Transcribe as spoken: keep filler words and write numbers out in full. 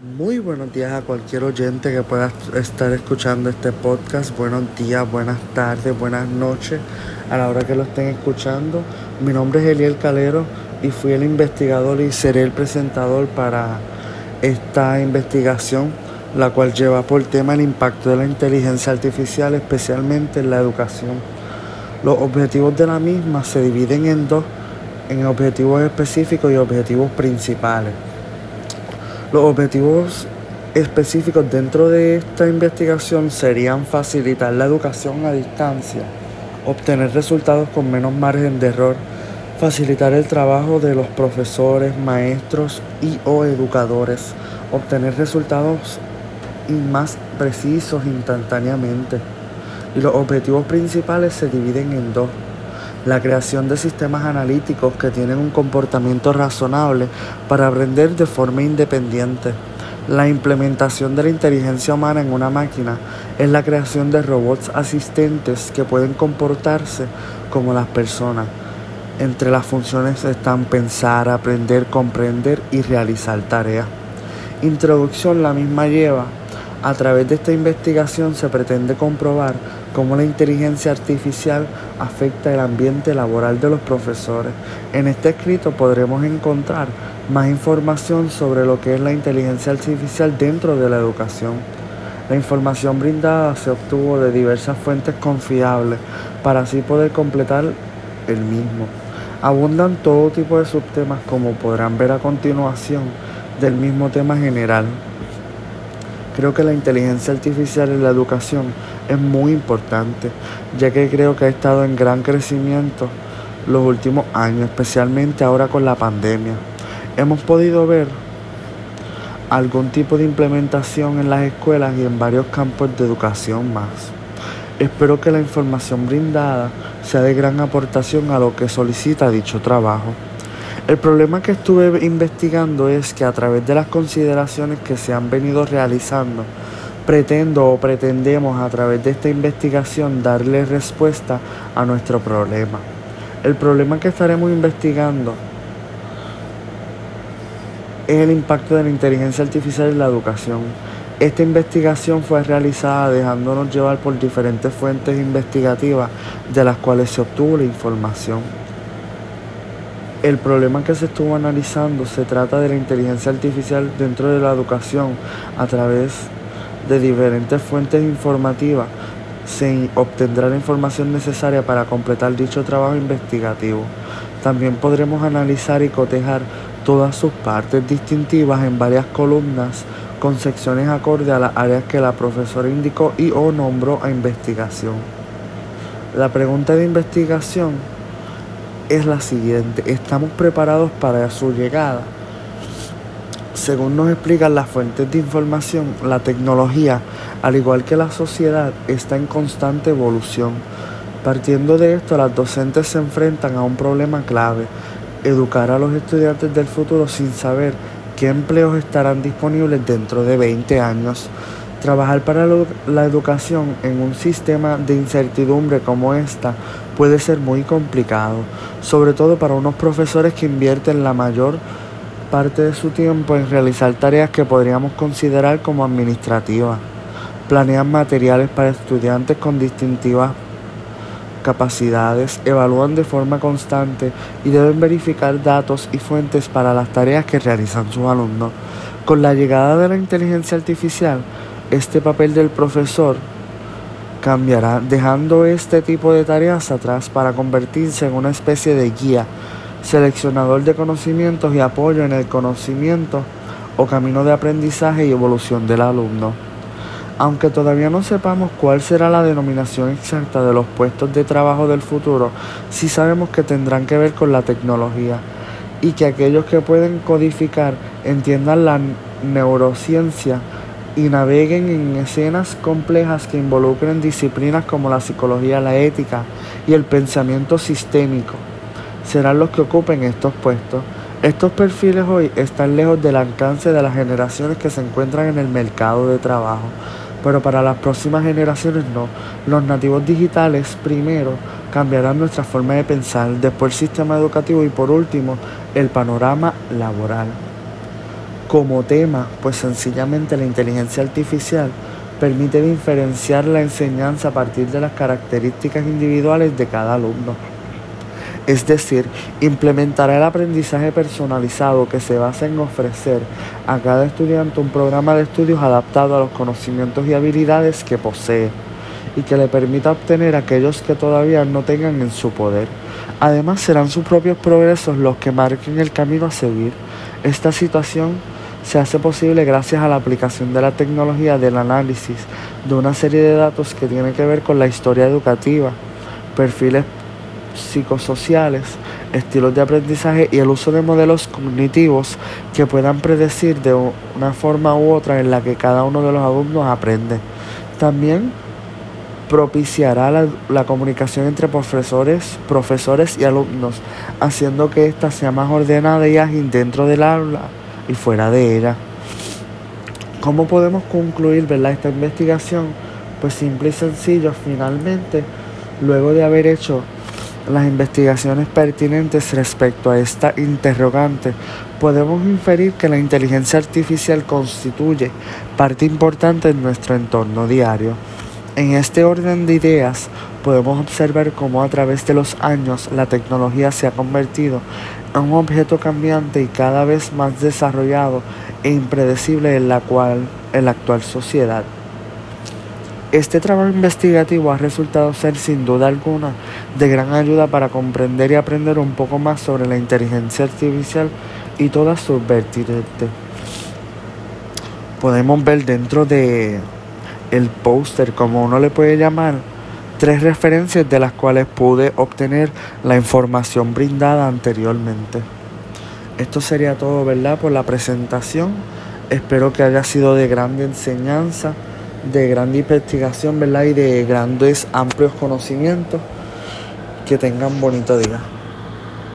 Muy buenos días a cualquier oyente que pueda estar escuchando este podcast. Buenos días, buenas tardes, buenas noches a la hora que lo estén escuchando. Mi nombre es Eliel Calero y fui el investigador y seré el presentador para esta investigación, la cual lleva por tema el impacto de la inteligencia artificial, especialmente en la educación. Los objetivos de la misma se dividen en dos, en objetivos específicos y objetivos principales. Los objetivos específicos dentro de esta investigación serían facilitar la educación a distancia, obtener resultados con menos margen de error, facilitar el trabajo de los profesores, maestros y o educadores, obtener resultados más precisos instantáneamente. Y los objetivos principales se dividen en dos. La creación de sistemas analíticos que tienen un comportamiento razonable para aprender de forma independiente. La implementación de la inteligencia humana en una máquina es la creación de robots asistentes que pueden comportarse como las personas. Entre las funciones están pensar, aprender, comprender y realizar tareas. Introducción. La misma lleva. A través de esta investigación se pretende comprobar cómo la inteligencia artificial afecta el ambiente laboral de los profesores. En este escrito podremos encontrar más información sobre lo que es la inteligencia artificial dentro de la educación. La información brindada se obtuvo de diversas fuentes confiables para así poder completar el mismo. Abundan todo tipo de subtemas, como podrán ver a continuación, del mismo tema general. Creo que la inteligencia artificial en la educación es muy importante, ya que creo que ha estado en gran crecimiento los últimos años, especialmente ahora con la pandemia. Hemos podido ver algún tipo de implementación en las escuelas y en varios campos de educación más. Espero que la información brindada sea de gran aportación a lo que solicita dicho trabajo. El problema que estuve investigando es que a través de las consideraciones que se han venido realizando, pretendo o pretendemos a través de esta investigación darle respuesta a nuestro problema. El problema que estaremos investigando es el impacto de la inteligencia artificial en la educación. Esta investigación fue realizada dejándonos llevar por diferentes fuentes investigativas de las cuales se obtuvo la información. El problema que se estuvo analizando se trata de la inteligencia artificial dentro de la educación. A través de diferentes fuentes informativas se obtendrá la información necesaria para completar dicho trabajo investigativo. También podremos analizar y cotejar todas sus partes distintivas en varias columnas con secciones acorde a las áreas que la profesora indicó y o nombró a investigación. La pregunta de investigación es la siguiente: ¿estamos preparados para su llegada? Según nos explican las fuentes de información, la tecnología, al igual que la sociedad, está en constante evolución. Partiendo de esto, las docentes se enfrentan a un problema clave: educar a los estudiantes del futuro sin saber qué empleos estarán disponibles dentro de veinte años. Trabajar para la educación en un sistema de incertidumbre como esta puede ser muy complicado, sobre todo para unos profesores que invierten la mayor parte de su tiempo en realizar tareas que podríamos considerar como administrativas. Planean materiales para estudiantes con distintivas capacidades, evalúan de forma constante y deben verificar datos y fuentes para las tareas que realizan sus alumnos. Con la llegada de la inteligencia artificial, este papel del profesor cambiará, dejando este tipo de tareas atrás para convertirse en una especie de guía, seleccionador de conocimientos y apoyo en el conocimiento o camino de aprendizaje y evolución del alumno. Aunque todavía no sepamos cuál será la denominación exacta de los puestos de trabajo del futuro, sí sabemos que tendrán que ver con la tecnología y que aquellos que pueden codificar, entiendan la neurociencia y naveguen en escenas complejas que involucren disciplinas como la psicología, la ética y el pensamiento sistémico, serán los que ocupen estos puestos. Estos perfiles hoy están lejos del alcance de las generaciones que se encuentran en el mercado de trabajo, pero para las próximas generaciones no. Los nativos digitales primero cambiarán nuestra forma de pensar, después el sistema educativo y por último el panorama laboral. como tema, pues sencillamente la inteligencia artificial permite diferenciar la enseñanza a partir de las características individuales de cada alumno. Es decir, implementará el aprendizaje personalizado que se basa en ofrecer a cada estudiante un programa de estudios adaptado a los conocimientos y habilidades que posee y que le permita obtener aquellos que todavía no tengan en su poder. Además, serán sus propios progresos los que marquen el camino a seguir. Esta situación se hace posible gracias a la aplicación de la tecnología del análisis de una serie de datos que tienen que ver con la historia educativa, perfiles psicosociales, estilos de aprendizaje y el uso de modelos cognitivos que puedan predecir de una forma u otra en la que cada uno de los alumnos aprende. También propiciará la, la comunicación entre profesores, profesores y alumnos, haciendo que ésta sea más ordenada y ágil dentro del aula y fuera de ella. ¿Cómo podemos concluir, verdad, esta investigación? Pues simple y sencillo, finalmente, luego de haber hecho las investigaciones pertinentes respecto a esta interrogante, podemos inferir que la inteligencia artificial constituye parte importante en nuestro entorno diario. En este orden de ideas, podemos observar cómo a través de los años la tecnología se ha convertido en un objeto cambiante y cada vez más desarrollado e impredecible en la cual en la actual sociedad. Este trabajo investigativo ha resultado ser sin duda alguna de gran ayuda para comprender y aprender un poco más sobre la inteligencia artificial y todas sus vertientes. Podemos ver dentro de el póster, como uno le puede llamar, tres referencias de las cuales pude obtener la información brindada anteriormente. Esto sería todo, ¿verdad?, por la presentación. Espero que haya sido de grande enseñanza, de grande investigación, ¿verdad?, y de grandes, amplios conocimientos. Que tengan bonito día.